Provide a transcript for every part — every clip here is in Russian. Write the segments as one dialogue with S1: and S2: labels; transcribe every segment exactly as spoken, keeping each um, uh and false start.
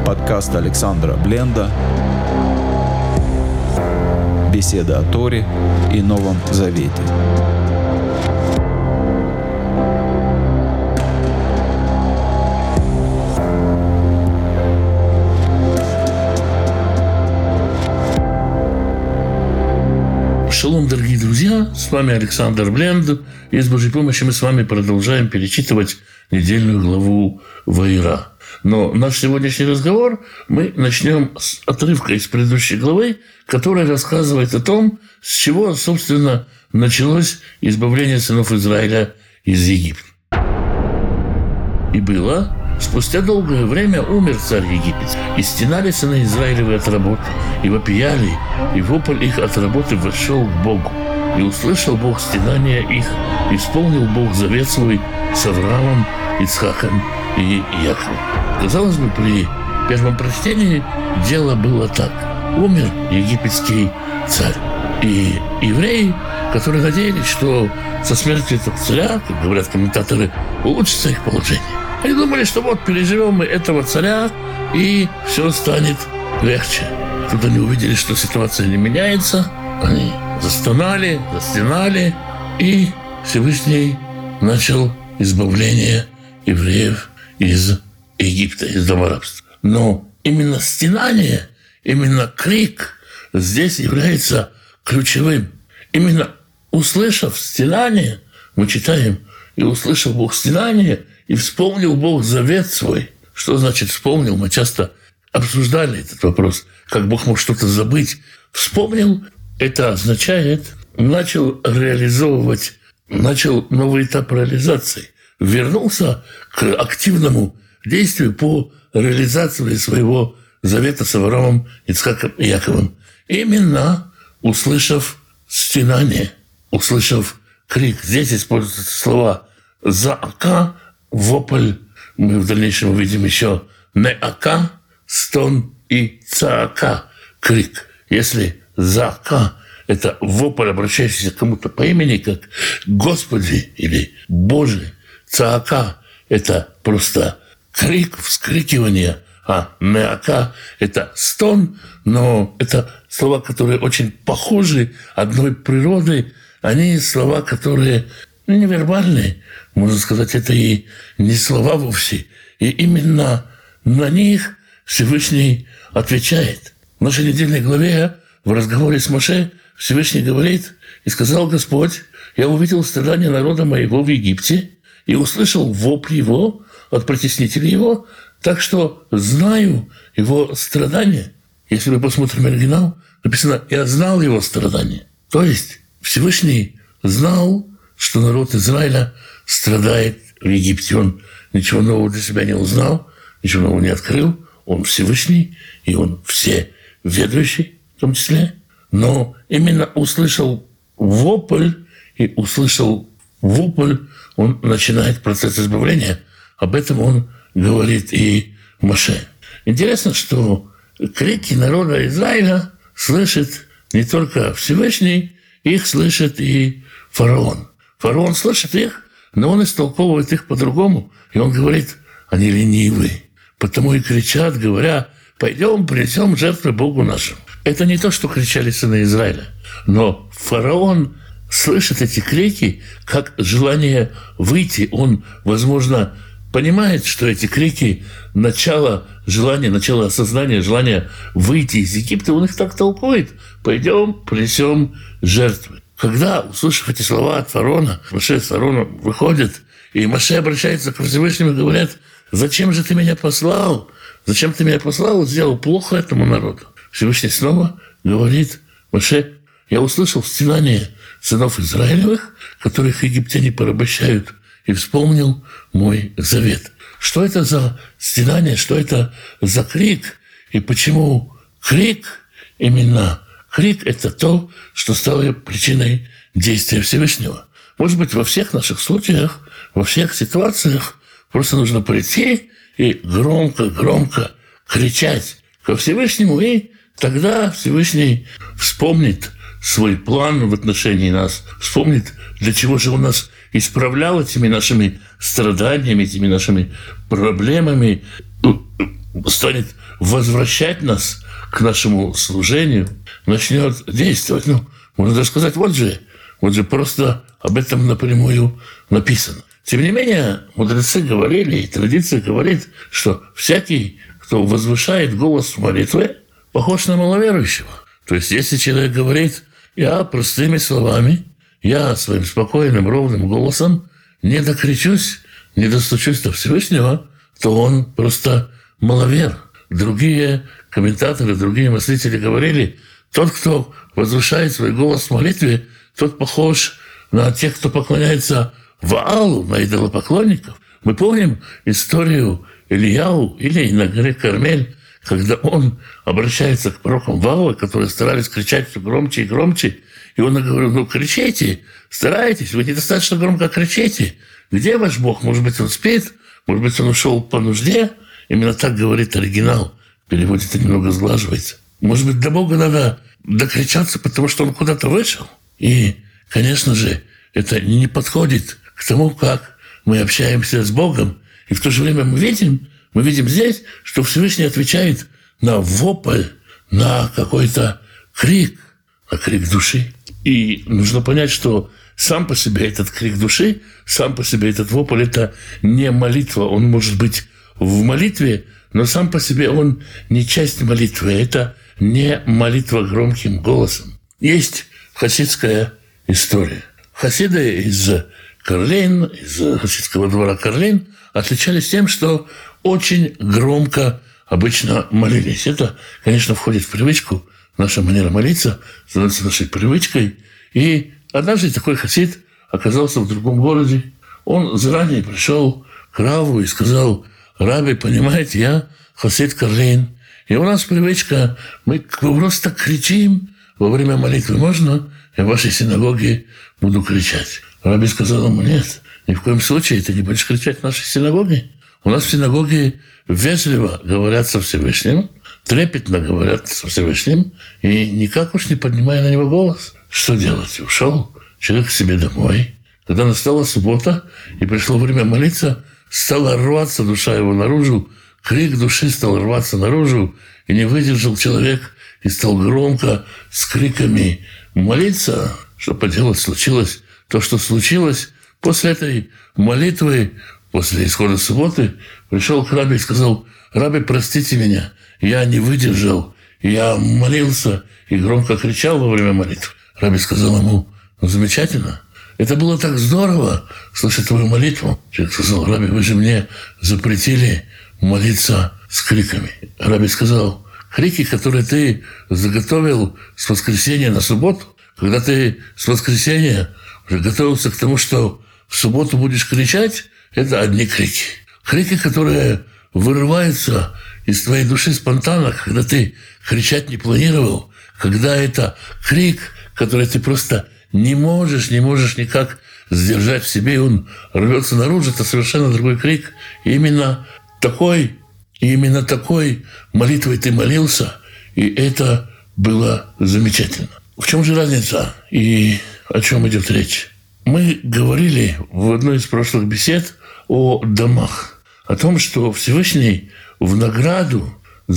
S1: Подкаст Александра Бленда. Беседы о Торе и Новом Завете.
S2: Шалом, дорогие друзья, с вами Александр Бленд, и с Божьей помощью мы с вами продолжаем перечитывать недельную главу Ваира. Но наш сегодняшний разговор мы начнем с отрывка из предыдущей главы, которая рассказывает о том, с чего, собственно, началось избавление сынов Израиля из Египта. И было, спустя долгое время умер царь египетский, и стенали сыны Израилевы от работы, и вопияли, и вопль их от работы вошел к Богу. И услышал Бог стенания их, и исполнил Бог завет свой с Авраамом, Ицхаком и Яковом. Казалось бы, при первом прочтении дело было так. Умер египетский царь. И евреи, которые надеялись, что со смертью этого царя, как говорят комментаторы, улучшится их положение. Они думали, что вот переживем мы этого царя, и все станет легче. Тут они увидели, что ситуация не меняется. Они застонали, застенали, и Всевышний начал избавление евреев из Египта, из дома рабства. Но именно стенание, именно крик здесь является ключевым. Именно услышав стенание, мы читаем, и услышал Бог стенание, и вспомнил Бог завет свой. Что значит вспомнил? Мы часто обсуждали этот вопрос, как Бог мог что-то забыть. Вспомнил – это означает, начал реализовывать, начал новый этап реализации, вернулся к активному действию по реализации своего завета с Авраамом, Ицхаком и Яковом. Именно услышав стенание, услышав крик. Здесь используются слова «заака», «вопль». Мы в дальнейшем увидим еще «неака», «стон» и «цаака», «крик». Если «заака» – это вопль, обращающийся к кому-то по имени, как «Господи» или «Боже», «цаака» – это просто крик, вскрикивание, а «неака» – это стон, но это слова, которые очень похожи, одной природы. Они слова, которые невербальные, можно сказать, это и не слова вовсе. И именно на них Всевышний отвечает. В нашей недельной главе в разговоре с Моше Всевышний говорит: «И сказал Господь, я увидел страдания народа моего в Египте и услышал вопль его от притеснителей его, так что знаю его страдания». Если мы посмотрим оригинал, написано «я знал его страдания». То есть Всевышний знал, что народ Израиля страдает в Египте. Он ничего нового для себя не узнал, ничего нового не открыл. Он Всевышний, и он всеведущий в том числе. Но именно услышал вопль, и услышал вопль, он начинает процесс избавления. Об этом он говорит и Моше. Интересно, что крики народа Израиля слышит не только Всевышний, их слышит и фараон. Фараон слышит их, но он истолковывает их по-другому. И он говорит: они ленивые. Потому и кричат, говоря: пойдем, принесем жертвы Богу нашему. Это не то, что кричали сыны Израиля. Но фараон слышит эти крики как желание выйти. Он, возможно, понимает, что эти крики – начало желания, начало осознания, желания выйти из Египта. Он их так толкует: пойдем, принесем жертвы. Когда, услышав эти слова от фараона, Моше с фараоном выходит, и Моше обращается к Всевышнему и говорят: зачем же ты меня послал? Зачем ты меня послал и сделал плохо этому народу? Всевышний снова говорит: Моше, я услышал стенание сынов Израилевых, которых египтяне порабощают, и вспомнил мой завет. Что это за стенание, что это за крик? И почему крик, именно крик – это то, что стало причиной действия Всевышнего. Может быть, во всех наших случаях, во всех ситуациях просто нужно прийти и громко-громко кричать ко Всевышнему, и тогда Всевышний вспомнит свой план в отношении нас, вспомнит, для чего же он нас исправлял этими нашими страданиями, этими нашими проблемами. станет возвращать нас к нашему служению, начнет действовать. Ну, можно даже сказать, вот же, вот же просто об этом напрямую написано. Тем не менее, мудрецы говорили, и традиция говорит, что всякий, кто возвышает голос в молитве, похож на маловерующего. То есть, если человек говорит, я простыми словами, я своим спокойным, ровным голосом не докричусь, не достучусь до Всевышнего, то он просто маловер. Другие комментаторы, другие мыслители говорили, тот, кто возвышает свой голос в молитве, тот похож на тех, кто поклоняется Ваалу, на идолопоклонников. Мы помним историю Ильяу или на горе Кармель, когда он обращается к пророкам Ваала, которые старались кричать все громче и громче, и он говорил, ну кричите, старайтесь, вы недостаточно громко кричите. Где ваш Бог? Может быть, он спит? Может быть, он ушел по нужде? Именно так говорит оригинал. В переводе это немного сглаживается. Может быть, до Бога надо докричаться, потому что он куда-то вышел? И, конечно же, это не подходит к тому, как мы общаемся с Богом. И в то же время мы видим, мы видим здесь, что Всевышний отвечает на вопль, на какой-то крик, на крик души. И нужно понять, что сам по себе этот крик души, сам по себе этот вопль – это не молитва. Он может быть в молитве, но сам по себе он не часть молитвы. Это не молитва громким голосом. Есть хасидская история. Хасиды из Карлин, из хасидского двора Карлин отличались тем, что очень громко обычно молились. Это, конечно, входит в привычку. Наша манера молиться становится нашей привычкой. И однажды такой хасид оказался в другом городе. Он заранее пришел к Раву и сказал, Раби, понимаете, я хасид Карлин. И у нас привычка, мы просто кричим во время молитвы. Можно я в вашей синагоге буду кричать? Раби сказал ему, нет, ни в коем случае ты не будешь кричать в нашей синагоге. У нас в синагоге вежливо говорят со Всевышним, трепетно говорят со Всевышним, и никак уж не поднимая на него голос. Что делать? Ушел человек к себе домой. Когда настала суббота, и пришло время молиться, стала рваться душа его наружу, крик души стал рваться наружу, и не выдержал человек, и стал громко с криками молиться. Что поделать, случилось то, что случилось. После этой молитвы, после исхода субботы, пришел к Раби и сказал, Раби, простите меня, я не выдержал, я молился и громко кричал во время молитвы. Раби сказал ему, ну, замечательно, это было так здорово слышать твою молитву. Человек сказал, Раби, вы же мне запретили молиться с криками. Раби сказал, крики, которые ты заготовил с воскресенья на субботу, когда ты с воскресенья уже готовился к тому, что в субботу будешь кричать, это одни крики. Крики, которые вырываются из твоей души спонтанно, когда ты кричать не планировал, когда это крик, который ты просто не можешь, не можешь никак сдержать в себе, и он рвется наружу, это совершенно другой крик. И именно такой, и именно такой молитвой ты молился, и это было замечательно. В чем же разница и о чем идет речь? Мы говорили в одной из прошлых бесед о домах, о том, что Всевышний в награду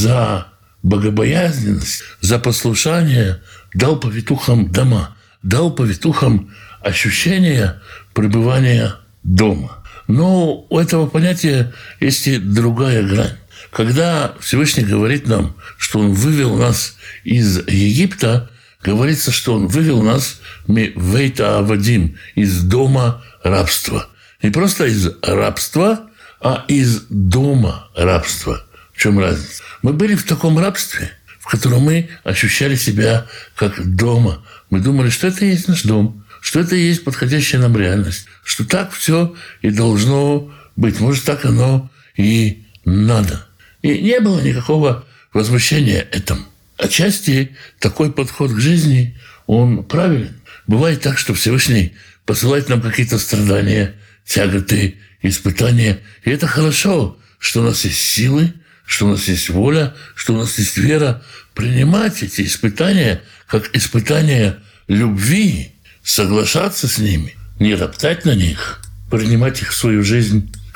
S2: за богобоязненность, за послушание дал повитухам дома, дал повитухам ощущение пребывания дома. Но у этого понятия есть и другая грань. Когда Всевышний говорит нам, что Он вывел нас из Египта, говорится, что Он вывел нас мивейта авадим, из дома рабства. Не просто из рабства, а из дома рабства. В чем разница? Мы были в таком рабстве, в котором мы ощущали себя как дома. Мы думали, что это и есть наш дом, что это и есть подходящая нам реальность, что так все и должно быть. Может, так оно и надо. И не было никакого возмущения этому. Отчасти такой подход к жизни, он правилен. Бывает так, что Всевышний посылает нам какие-то страдания, тяготы, испытания. И это хорошо, что у нас есть силы, что у нас есть воля, что у нас есть вера принимать эти испытания как испытания любви, соглашаться с ними, не роптать на них, принимать их в свою жизнь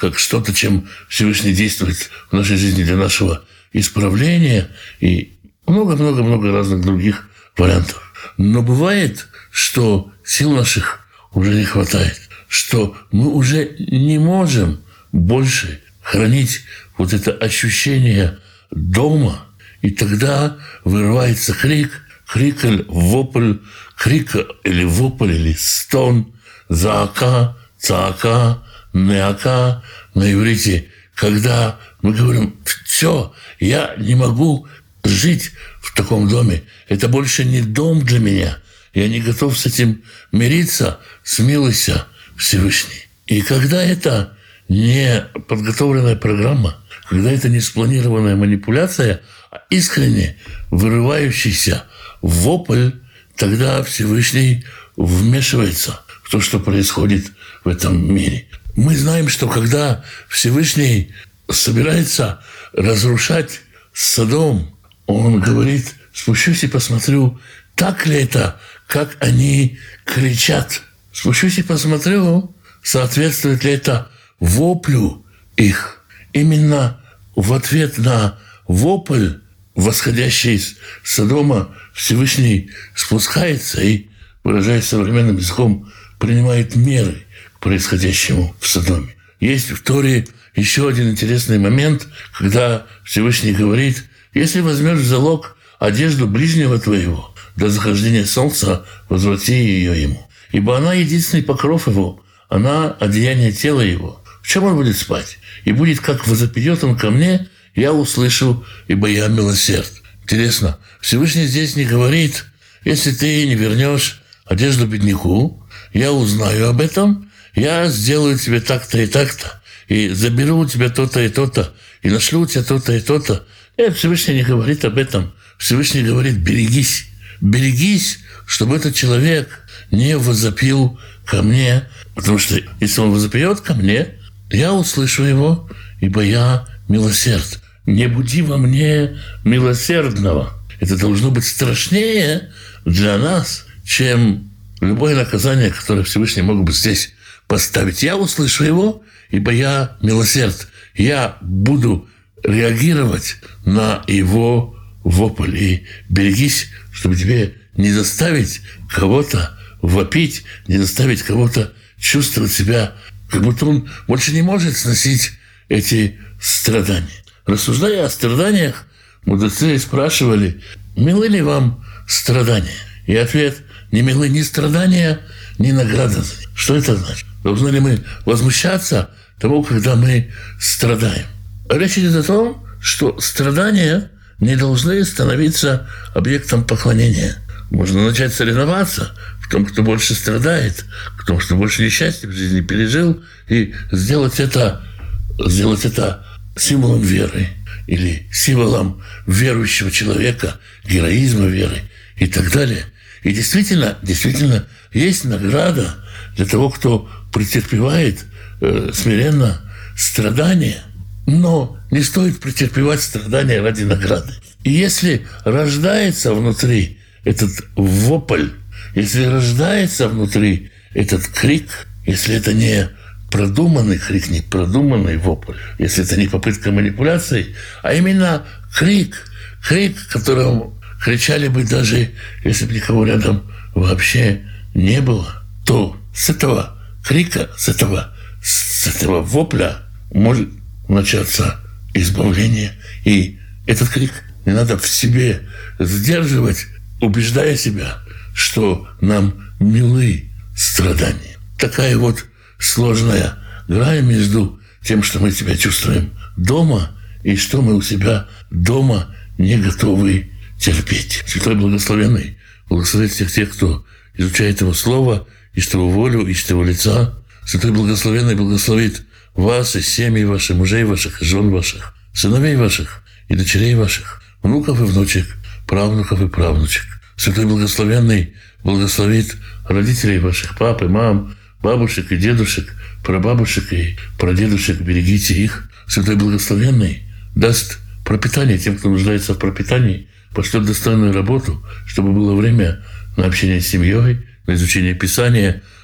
S2: как что-то, чем Всевышний действует в нашей жизни для нашего исправления и много-много-много разных других вариантов. Но бывает, что сил наших уже не хватает, что мы уже не можем больше хранить вот это ощущение дома, и тогда вырывается крик, крик или вопль, крик или вопль, или стон, заака, цаака, неака на иврите, когда мы говорим: все, я не могу жить в таком доме, это больше не дом для меня, я не готов с этим мириться, смилуйся, Всевышний. И когда это не подготовленная программа, когда это не спланированная манипуляция, а искренне вырывающийся вопль, тогда Всевышний вмешивается в то, что происходит в этом мире. Мы знаем, что когда Всевышний собирается разрушать Содом, он говорит: спущусь и посмотрю, так ли это, как они кричат. Спущусь и посмотрю, соответствует ли это воплю их. Именно в ответ на вопль, восходящий из Содома, Всевышний спускается и, выражаясь современным языком, принимает меры к происходящему в Содоме. Есть в Торе еще один интересный момент, когда Всевышний говорит: если возьмешь в залог одежду ближнего твоего, до захождения солнца возврати ее ему. Ибо она единственный покров его, она одеяние тела его. В чем он будет спать? И будет, как возопьет он ко мне, я услышу, ибо я милосерд. Интересно, Всевышний здесь не говорит: если ты не вернешь одежду бедняку, я узнаю об этом, я сделаю тебе так-то и так-то, и заберу у тебя то-то и то-то, и нашлю у тебя то-то и то-то. Нет, Всевышний не говорит об этом. Всевышний говорит: берегись, берегись, чтобы этот человек не возопил ко мне, потому что если он возопьет ко мне, я услышу его, ибо я милосерд. Не буди во мне милосердного. Это должно быть страшнее для нас, чем любое наказание, которое Всевышний мог бы здесь поставить. Я услышу его, ибо я милосерд. Я буду реагировать на его вопль. И берегись, чтобы тебе не заставить кого-то вопить, не заставить кого-то чувствовать себя, как будто он больше не может сносить эти страдания. Рассуждая о страданиях, мудрецы спрашивали: милы ли вам страдания? И ответ: не милы ни страдания, ни награда за них. Что это значит? Должны ли мы возмущаться тому, когда мы страдаем? Речь идет о том, что страдания не должны становиться объектом поклонения. Можно начать соревноваться в том, кто больше страдает, в том, кто больше несчастья в жизни пережил, и сделать это, сделать это символом веры или символом верующего человека, героизма веры и так далее. И действительно, действительно есть награда для того, кто претерпевает э, смиренно страдания, но не стоит претерпевать страдания ради награды. И если рождается внутри этот вопль, если рождается внутри этот крик, если это не продуманный крик, не продуманный вопль, если это не попытка манипуляции, а именно крик, крик, которым кричали бы даже, если бы никого рядом вообще не было, то с этого крика, с этого, с этого вопля может начаться избавление. И этот крик не надо в себе сдерживать, убеждая себя, что нам милы страдания. Такая вот сложная грань между тем, что мы себя чувствуем дома, и что мы у себя дома не готовы терпеть. Святой Благословенный благословит всех тех, кто изучает Его Слово, ищет Его волю, ищет Его лица. Святой Благословенный благословит вас и семьи ваших, мужей ваших и жен ваших, сыновей ваших и дочерей ваших, внуков и внучек, правнуков и правнучек. Святой Благословенный благословит родителей ваших, пап и мам, бабушек и дедушек, прабабушек и прадедушек, берегите их. Святой Благословенный даст пропитание тем, кто нуждается в пропитании, пошлет достойную работу, чтобы было время на общение с семьей, на изучение Писания,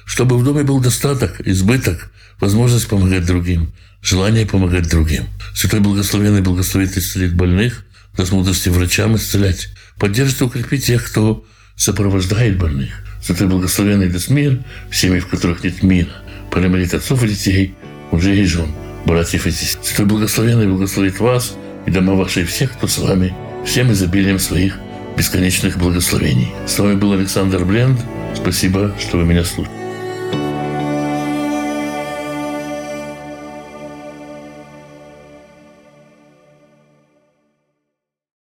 S2: чтобы в доме был достаток, избыток, возможность помогать другим, желание помогать другим. Святой Благословенный благословит и исцелит больных, даст мудрости врачам исцелять, поддержит и укрепит тех, кто сопровождает больных. Святой Благословенный даст мир в семьи, в которых нет мира, примирит отцов и детей, мужей и жен, братьев и сестер. Святой Благословенный благословит вас и дома ваши, и всех, кто с вами, всем изобилием своих бесконечных благословений. С вами был Александр Бленд. Спасибо, что вы меня слушали.